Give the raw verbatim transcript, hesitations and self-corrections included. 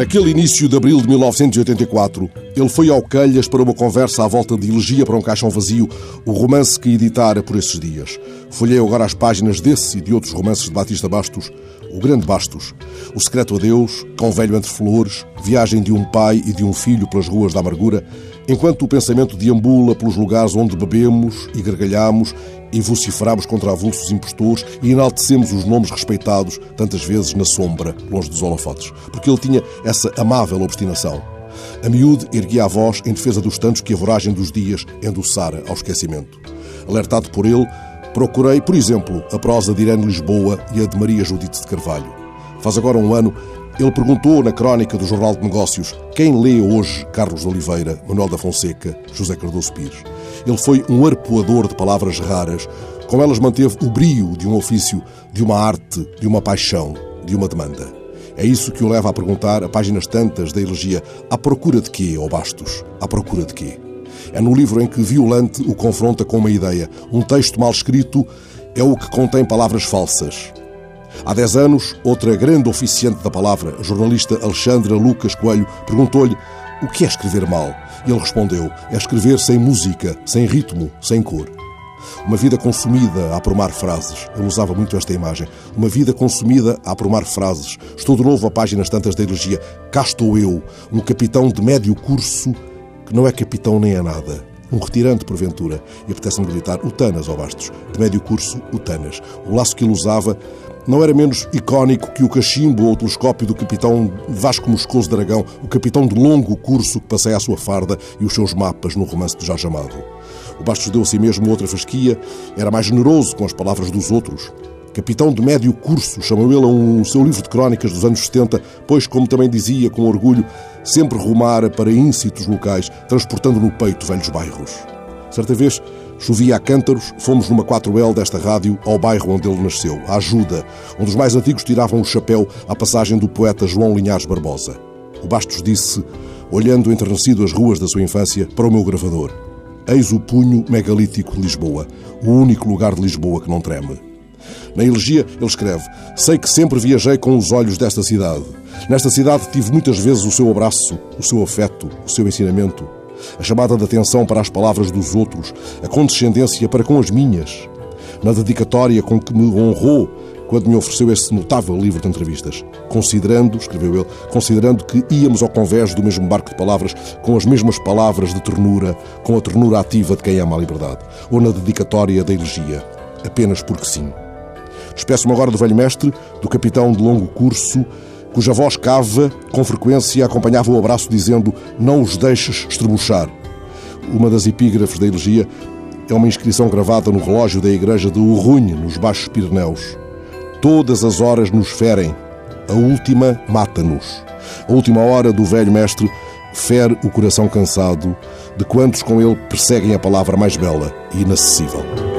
Naquele início de abril de mil novecentos e oitenta e quatro, ele foi ao Calhas para uma conversa à volta de Elegia para um Caixão Vazio, o romance que editara por esses dias. Folhei agora as páginas desse e de outros romances de Batista Bastos, o Grande Bastos, O Secreto Adeus, Cão Velho Entre Flores, Viagem de um Pai e de um Filho pelas Ruas da Amargura, enquanto o pensamento deambula pelos lugares onde bebemos e gargalhamos e vociferamos contra avulsos impostores e enaltecemos os nomes respeitados, tantas vezes na sombra, longe dos holofotes, porque ele tinha essa amável obstinação. A miúde erguia a voz em defesa dos tantos que a voragem dos dias endoçara ao esquecimento. Alertado por ele, procurei, por exemplo, a prosa de Irene Lisboa e a de Maria Judite de Carvalho. Faz agora um ano, ele perguntou na crónica do Jornal de Negócios quem lê hoje Carlos de Oliveira, Manuel da Fonseca, José Cardoso Pires. Ele foi um arpoador de palavras raras, com elas manteve o brio de um ofício, de uma arte, de uma paixão, de uma demanda. É isso que o leva a perguntar, a páginas tantas da Elegia, à procura de quê, ó Bastos? À procura de quê? É no livro em que Violante o confronta com uma ideia. Um texto mal escrito é o que contém palavras falsas. Há dez anos, outra grande oficiante da palavra, a jornalista Alexandra Lucas Coelho, perguntou-lhe o que é escrever mal? E ele respondeu, é escrever sem música, sem ritmo, sem cor. Uma vida consumida a aprumar frases. Ele usava muito esta imagem. Uma vida consumida a aprumar frases. Estou de novo a páginas tantas da Elegia. Cá estou eu, um capitão de médio curso que não é capitão nem é nada. Um retirante, porventura. E apetece-me gritar, Utanas, ó Bastos. De médio curso, Utanas. O laço que ele usava não era menos icónico que o cachimbo ou o telescópio do capitão Vasco Moscoso de Aragão, o capitão de longo curso que passeia a sua farda e os seus mapas no romance de Jorge Amado. O Bastos deu a si mesmo outra fasquia, era mais generoso com as palavras dos outros. Capitão de médio curso, chamou ele a um seu livro de crónicas dos anos setenta, pois, como também dizia com orgulho, sempre rumara para íncitos locais, transportando no peito velhos bairros. Certa vez, chovia a cântaros, fomos numa quatro L desta rádio ao bairro onde ele nasceu, a Ajuda, onde os mais antigos tiravam o chapéu à passagem do poeta João Linhares Barbosa. O Bastos disse, olhando enternecido as ruas da sua infância, para o meu gravador: eis o punho megalítico de Lisboa, o único lugar de Lisboa que não treme. Na Elegia, ele escreve, sei que sempre viajei com os olhos desta cidade. Nesta cidade tive muitas vezes o seu abraço, o seu afeto, o seu ensinamento, a chamada de atenção para as palavras dos outros, a condescendência para com as minhas, na dedicatória com que me honrou quando me ofereceu esse notável livro de entrevistas. Considerando, escreveu ele, considerando que íamos ao convés do mesmo barco de palavras, com as mesmas palavras de ternura, com a ternura ativa de quem ama a liberdade, ou na dedicatória da Elegia, apenas porque sim. Despeço-me agora do velho mestre, do capitão de longo curso, cuja voz cava, com frequência, acompanhava o abraço dizendo não os deixes estrebuchar. Uma das epígrafes da Elegia é uma inscrição gravada no relógio da igreja de Urrunhe, nos Baixos Pirineus. Todas as horas nos ferem, a última mata-nos. A última hora do velho mestre fere o coração cansado de quantos com ele perseguem a palavra mais bela e inacessível.